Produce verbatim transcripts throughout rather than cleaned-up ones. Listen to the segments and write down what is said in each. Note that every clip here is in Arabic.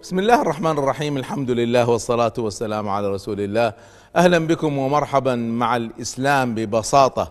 بسم الله الرحمن الرحيم. الحمد لله والصلاة والسلام على رسول الله. أهلا بكم ومرحبا مع الإسلام ببساطة.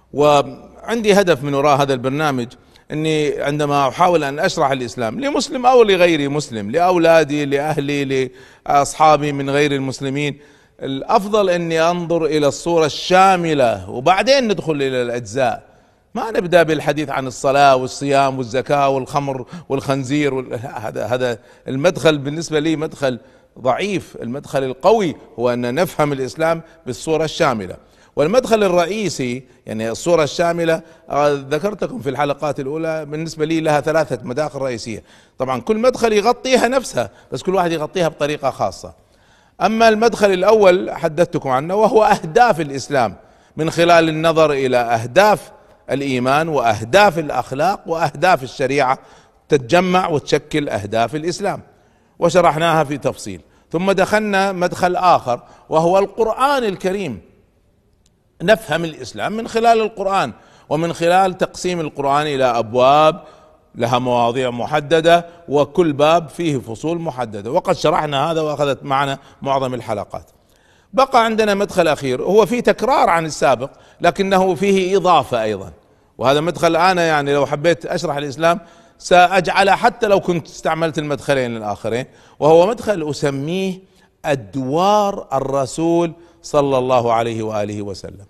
وعندي هدف من وراء هذا البرنامج، أني عندما أحاول أن أشرح الإسلام لمسلم أو لغير مسلم، لأولادي، لأهلي، لأصحابي من غير المسلمين، الأفضل أني أنظر إلى الصورة الشاملة وبعدين ندخل إلى الأجزاء. ما نبدأ بالحديث عن الصلاة والصيام والزكاة والخمر والخنزير وال... هذا هذا المدخل بالنسبة لي مدخل ضعيف. المدخل القوي هو أن نفهم الإسلام بالصورة الشاملة. والمدخل الرئيسي يعني الصورة الشاملة ذكرتكم في الحلقات الأولى، بالنسبة لي لها ثلاثة مداخل رئيسية. طبعا كل مدخل يغطيها نفسها، بس كل واحد يغطيها بطريقة خاصة. أما المدخل الأول حدثتكم عنه، وهو أهداف الإسلام من خلال النظر إلى أهداف الإيمان وأهداف الأخلاق وأهداف الشريعة، تتجمع وتشكل أهداف الإسلام، وشرحناها في تفصيل. ثم دخلنا مدخل آخر وهو القرآن الكريم. نفهم الإسلام من خلال القرآن، ومن خلال تقسيم القرآن إلى أبواب لها مواضيع محددة، وكل باب فيه فصول محددة، وقد شرحنا هذا وأخذت معنا معظم الحلقات. بقى عندنا مدخل أخير هو فيه تكرار عن السابق، لكنه فيه إضافة أيضا، وهذا مدخل أنا يعني لو حبيت أشرح الإسلام سأجعله حتى لو كنت استعملت المدخلين الآخرين، وهو مدخل أسميه أدوار الرسول صلى الله عليه وآله وسلم.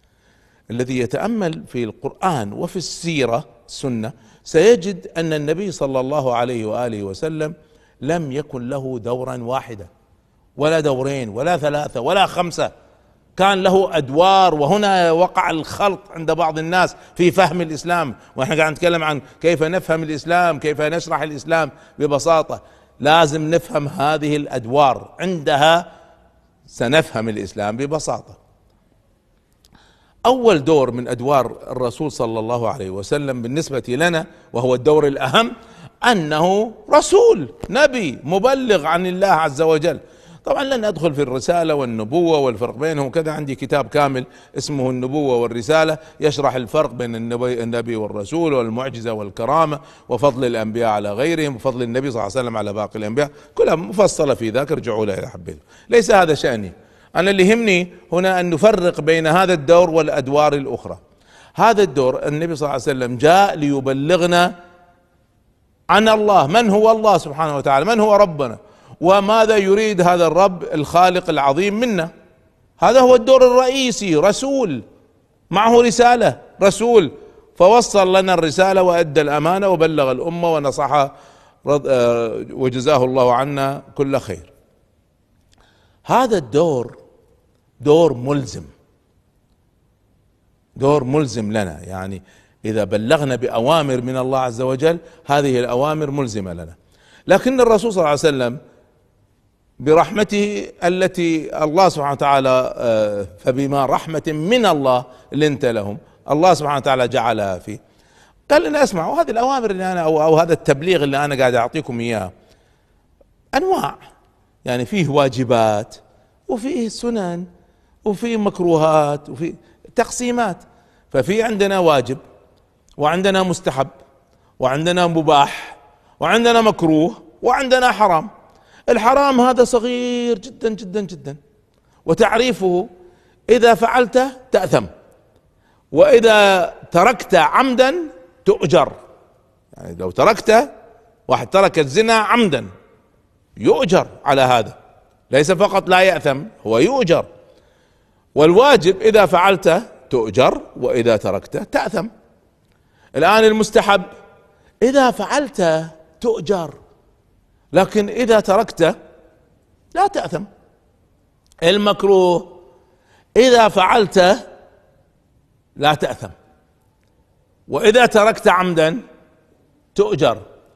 الذي يتأمل في القرآن وفي السيرة السنة سيجد أن النبي صلى الله عليه وآله وسلم لم يكن له دورا واحدا ولا دورين ولا ثلاثة ولا خمسة، كان له أدوار. وهنا وقع الخلط عند بعض الناس في فهم الإسلام، ونحن قاعد نتكلم عن كيف نفهم الإسلام، كيف نشرح الإسلام ببساطة. لازم نفهم هذه الأدوار، عندها سنفهم الإسلام ببساطة. أول دور من أدوار الرسول صلى الله عليه وسلم بالنسبة لنا، وهو الدور الأهم، أنه رسول نبي مبلغ عن الله عز وجل. طبعا لن أدخل في الرسالة والنبوة والفرق بينهم كذا، عندي كتاب كامل اسمه النبوة والرسالة يشرح الفرق بين النبي, النبي والرسول والمعجزة والكرامة وفضل الأنبياء على غيرهم وفضل النبي صلى الله عليه وسلم على باقي الأنبياء، كلها مفصلة في ذاك، ارجعوا له إذا حبيتوا. ليس هذا شأني، أنا اللي يهمني هنا أن نفرق بين هذا الدور والأدوار الأخرى. هذا الدور النبي صلى الله عليه وسلم جاء ليبلغنا عن الله، من هو الله سبحانه وتعالى، من هو ربنا، وماذا يريد هذا الرب الخالق العظيم منا. هذا هو الدور الرئيسي. رسول معه رسالة، رسول فوصل لنا الرسالة وأدى الأمانة وبلغ الأمة ونصحها وجزاه الله عنا كل خير. هذا الدور دور ملزم، دور ملزم لنا، يعني إذا بلغنا بأوامر من الله عز وجل هذه الأوامر ملزمة لنا. لكن الرسول صلى الله عليه وسلم برحمته التي الله سبحانه وتعالى، فبما رحمة من الله لنت لهم، الله سبحانه وتعالى جعلها فيه، قال لنا اسمعوا هذه الأوامر اللي أنا أو, أو هذا التبليغ اللي أنا قاعد أعطيكم إياه أنواع، يعني فيه واجبات وفيه سنن وفيه مكروهات وفيه تقسيمات. ففي عندنا واجب وعندنا مستحب وعندنا مباح وعندنا مكروه وعندنا حرام. الحرام هذا صغير جدا جدا جدا، وتعريفه إذا فعلته تأثم، وإذا تركت عمدا تؤجر. يعني لو تركته، واحد ترك الزنا عمدا يؤجر على هذا، ليس فقط لا يأثم، هو يؤجر. والواجب إذا فعلته تؤجر وإذا تركته تأثم. الآن المستحب إذا فعلته تؤجر، لكن إذا تركته لا تأثم. المكروه إذا فعلته لا تأثم، وإذا تركت عمدا تؤجر.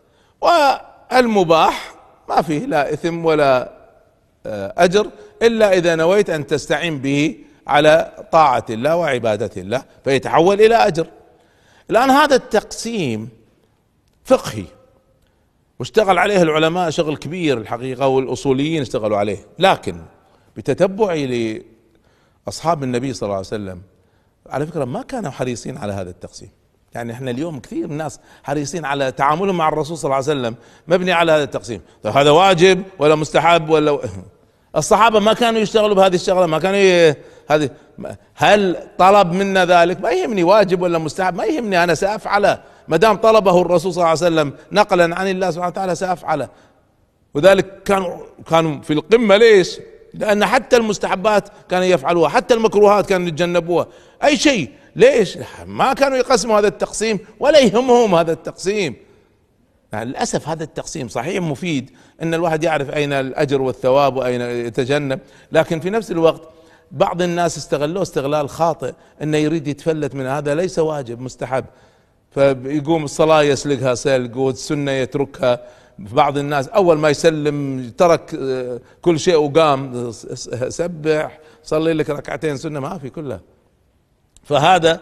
والمباح ما فيه لا إثم ولا أجر، إلا إذا نويت أن تستعين به على طاعة الله وعبادة الله فيتحول إلى أجر. الآن هذا التقسيم فقهي واشتغل عليه العلماء شغل كبير الحقيقة، والأصوليين اشتغلوا عليه، لكن بتتبعي لأصحاب النبي صلى الله عليه وسلم على فكرة ما كانوا حريصين على هذا التقسيم. يعني احنا اليوم كثير ناس حريصين على تعاملهم مع الرسول صلى الله عليه وسلم مبني على هذا التقسيم. طيب هذا واجب ولا مستحب ولا الصحابة ما كانوا يشتغلوا بهذه الشغلة؟ ما كانوا ي... هذه هل طلب منا ذلك؟ ما يهمني واجب ولا مستحب، ما يهمني، انا سأفعله ما دام طلبه الرسول صلى الله عليه وسلم نقلا عن الله سبحانه وتعالى سأفعله. وذلك كانوا كانوا في القمة. ليش؟ لأن حتى المستحبات كانوا يفعلوها، حتى المكروهات كانوا يتجنبوها، أي شيء. ليش؟ ما كانوا يقسموا هذا التقسيم ولا يهمهم هذا التقسيم. يعني للأسف هذا التقسيم صحيح مفيد أن الواحد يعرف أين الأجر والثواب وأين يتجنب، لكن في نفس الوقت بعض الناس استغلوه استغلال خاطئ، أنه يريد يتفلت من هذا، ليس واجب، مستحب، فيقوم الصلاة يسلقها سلق والسنة يتركها. بعض الناس أول ما يسلم ترك كل شيء وقام سبح صلي لك ركعتين سنة، ما في كلها. فهذا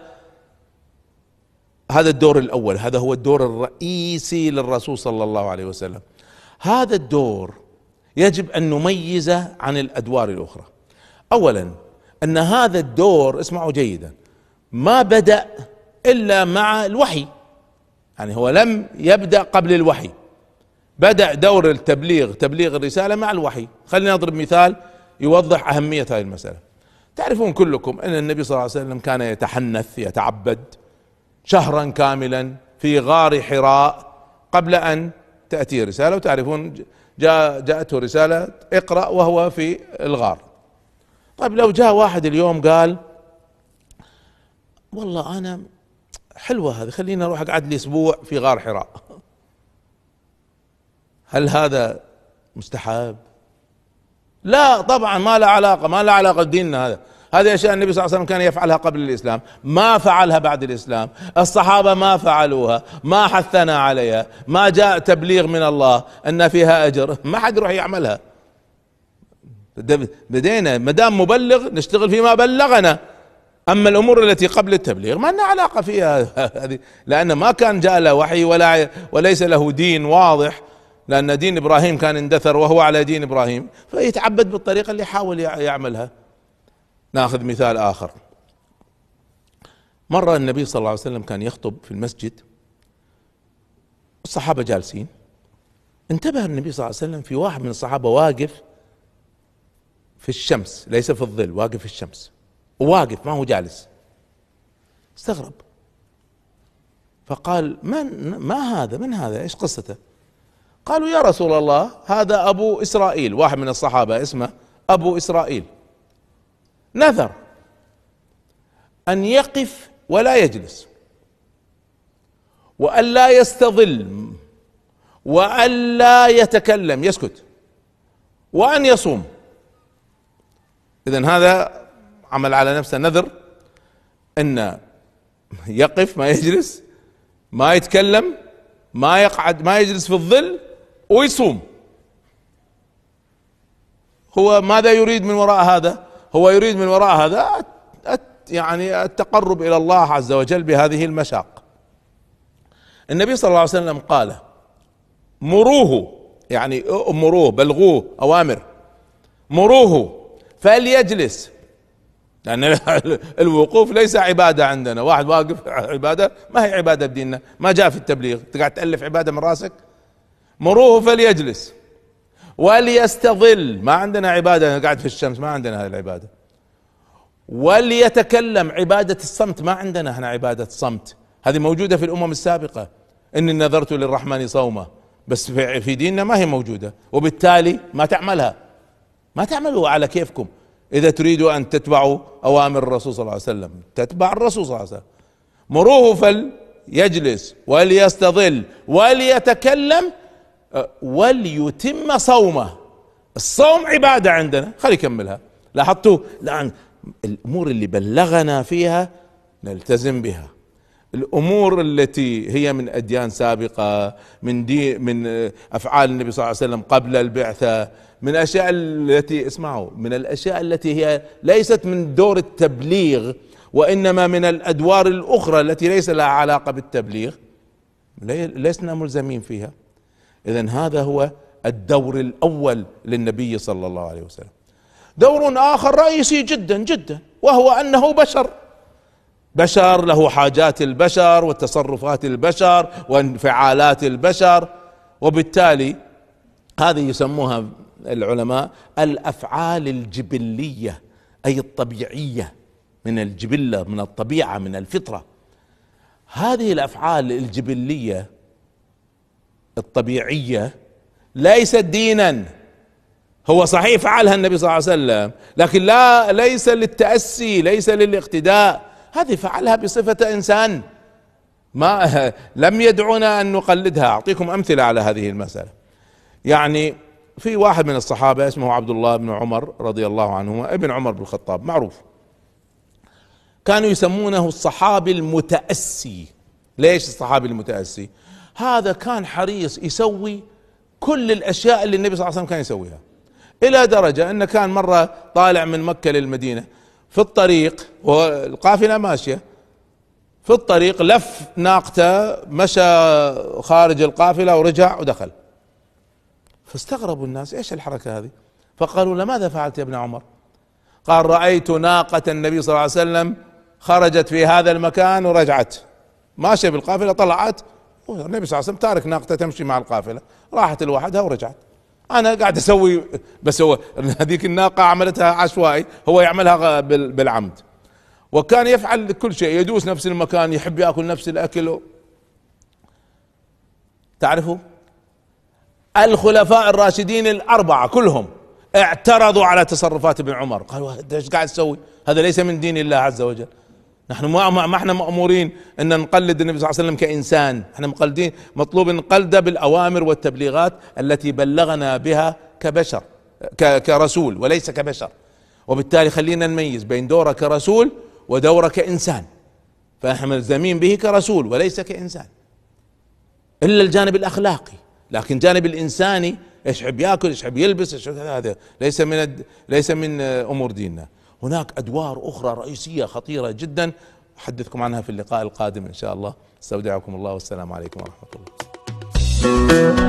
هذا الدور الأول، هذا هو الدور الرئيسي للرسول صلى الله عليه وسلم. هذا الدور يجب أن نميزه عن الأدوار الأخرى. أولا أن هذا الدور، اسمعوا جيدا، ما بدأ إلا مع الوحي، يعني هو لم يبدأ قبل الوحي، بدأ دور التبليغ تبليغ الرسالة مع الوحي. خلينا نضرب مثال يوضح أهمية هذه المسألة. تعرفون كلكم أن النبي صلى الله عليه وسلم كان يتحنث يتعبد شهرا كاملا في غار حراء قبل أن تأتي رسالة، وتعرفون جاء جاءته رسالة اقرأ وهو في الغار. طيب لو جاء واحد اليوم قال والله أنا حلوة هذه، خلينا أروح أقعد لي أسبوع في غار حراء، هل هذا مستحب؟ لا طبعا، ما له علاقة، ما له علاقة بديننا. هذا هذه أشياء النبي صلى الله عليه وسلم كان يفعلها قبل الإسلام، ما فعلها بعد الإسلام، الصحابة ما فعلوها، ما حثنا عليها، ما جاء تبليغ من الله أن فيها أجر، ما حد يروح يعملها. بدينا ما دام مبلغ نشتغل فيما بلغنا، أما الأمور التي قبل التبليغ ما لنا علاقة فيها هذه، لأن ما كان جاء له وحي ولا وليس له دين واضح، لأن دين إبراهيم كان اندثر وهو على دين إبراهيم، فيتعبد بالطريقة اللي حاول يعملها. ناخذ مثال آخر. مرة النبي صلى الله عليه وسلم كان يخطب في المسجد، الصحابة جالسين، انتبه النبي صلى الله عليه وسلم في واحد من الصحابة واقف في الشمس، ليس في الظل، واقف في الشمس، وواقف ما هو جالس. استغرب فقال من ما هذا؟ من هذا؟ ايش قصته؟ قالوا يا رسول الله هذا أبو إسرائيل، واحد من الصحابة اسمه أبو إسرائيل، نذر أن يقف ولا يجلس، وأن لا يستظل، وأن لا يتكلم يسكت، وأن يصوم. إذن هذا عمل على نفسه نذر أن يقف ما يجلس، ما يتكلم، ما يقعد، ما يجلس في الظل، ويصوم. هو ماذا يريد من وراء هذا؟ هو يريد من وراء هذا يعني التقرب إلى الله عز وجل بهذه المشاق. النبي صلى الله عليه وسلم قال مروه، يعني امروه بلغوه أوامر، مروه فليجلس، لأن الوقوف ليس عبادة عندنا. واحد واقف عبادة؟ ما هي عبادة بديننا، ما جاء في التبليغ. تقعد تألف عبادة من راسك؟ مروه فليجلس وليستظل، ما عندنا عبادة قاعد في الشمس، ما عندنا هذه العبادة. وليتكلم، عبادة الصمت ما عندنا احنا عبادة صمت، هذه موجودة في الأمم السابقة، إني نذرت للرحمن صوما، بس في ديننا ما هي موجودة، وبالتالي ما تعملها، ما تعملوا على كيفكم. إذا تريدوا أن تتبعوا أوامر الرسول صلى الله عليه وسلم تتبع الرسول صلى الله عليه وسلم. مروه فليجلس وليستظل وليتكلم وليتم صومه. الصوم عبادة عندنا، خلي يكملها. لاحظتوا الآن الأمور اللي بلغنا فيها نلتزم بها، الأمور التي هي من أديان سابقة، من دي من أفعال النبي صلى الله عليه وسلم قبل البعثة، من أشياء التي اسمعوا من الأشياء التي هي ليست من دور التبليغ وإنما من الأدوار الأخرى التي ليس لها علاقة بالتبليغ، لسنا ملزمين فيها. إذن هذا هو الدور الأول للنبي صلى الله عليه وسلم. دور آخر رئيسي جدا جدا، وهو أنه بشر، بشر، له حاجات البشر وتصرفات البشر وانفعالات البشر، وبالتالي هذه يسموها العلماء الافعال الجبلية، اي الطبيعية، من الجبلة، من الطبيعة، من الفطرة. هذه الافعال الجبلية الطبيعية ليست دينا. هو صحيح فعلها النبي صلى الله عليه وسلم، لكن لا ليس للتأسي، ليس للاقتداء، هذه فعلها بصفة انسان، ما لم يدعونا ان نقلدها. اعطيكم امثلة على هذه المسألة. يعني في واحد من الصحابة اسمه عبد الله بن عمر رضي الله عنهما، ابن عمر بن الخطاب، معروف، كانوا يسمونه الصحابي المتأسي. ليش الصحابي المتأسي؟ هذا كان حريص يسوي كل الاشياء اللي النبي صلى الله عليه وسلم كان يسويها، الى درجة انه كان مرة طالع من مكة للمدينة، في الطريق والقافلة ماشية، في الطريق لف ناقته، مشى خارج القافلة ورجع ودخل. فاستغربوا الناس، ايش الحركة هذه؟ فقالوا له ماذا فعلت يا ابن عمر؟ قال رأيت ناقة النبي صلى الله عليه وسلم خرجت في هذا المكان ورجعت، ماشية بالقافلة طلعت، النبي صلى الله عليه وسلم تارك ناقته تمشي مع القافلة، راحت لوحدها ورجعت. انا قاعد اسوي، بس هو هذيك الناقة عملتها عشوائي، هو يعملها بالعمد. وكان يفعل كل شيء، يدوس نفس المكان، يحب ياكل نفس الاكل. تعرفوا الخلفاء الراشدين الاربعة كلهم اعترضوا على تصرفات ابن عمر، قالوا ايش قاعد تسوي؟ هذا ليس من دين الله عز وجل. نحن ما ما احنا مأمورين ان نقلد النبي صلى الله عليه وسلم كإنسان، احنا مقلدين، مطلوب نقلده بالأوامر والتبليغات التي بلغنا بها كبشر، كرسول وليس كبشر. وبالتالي خلينا نميز بين دوره كرسول ودوره كإنسان، فاحنا ملزمين به كرسول وليس كإنسان، الا الجانب الأخلاقي، لكن الجانب الإنساني ايش يحب ياكل، ايش يحب يلبس، ايش هذا ليس من الد... ليس من امور ديننا. هناك ادوار اخرى رئيسية خطيرة جدا احدثكم عنها في اللقاء القادم ان شاء الله. استودعكم الله والسلام عليكم ورحمة الله.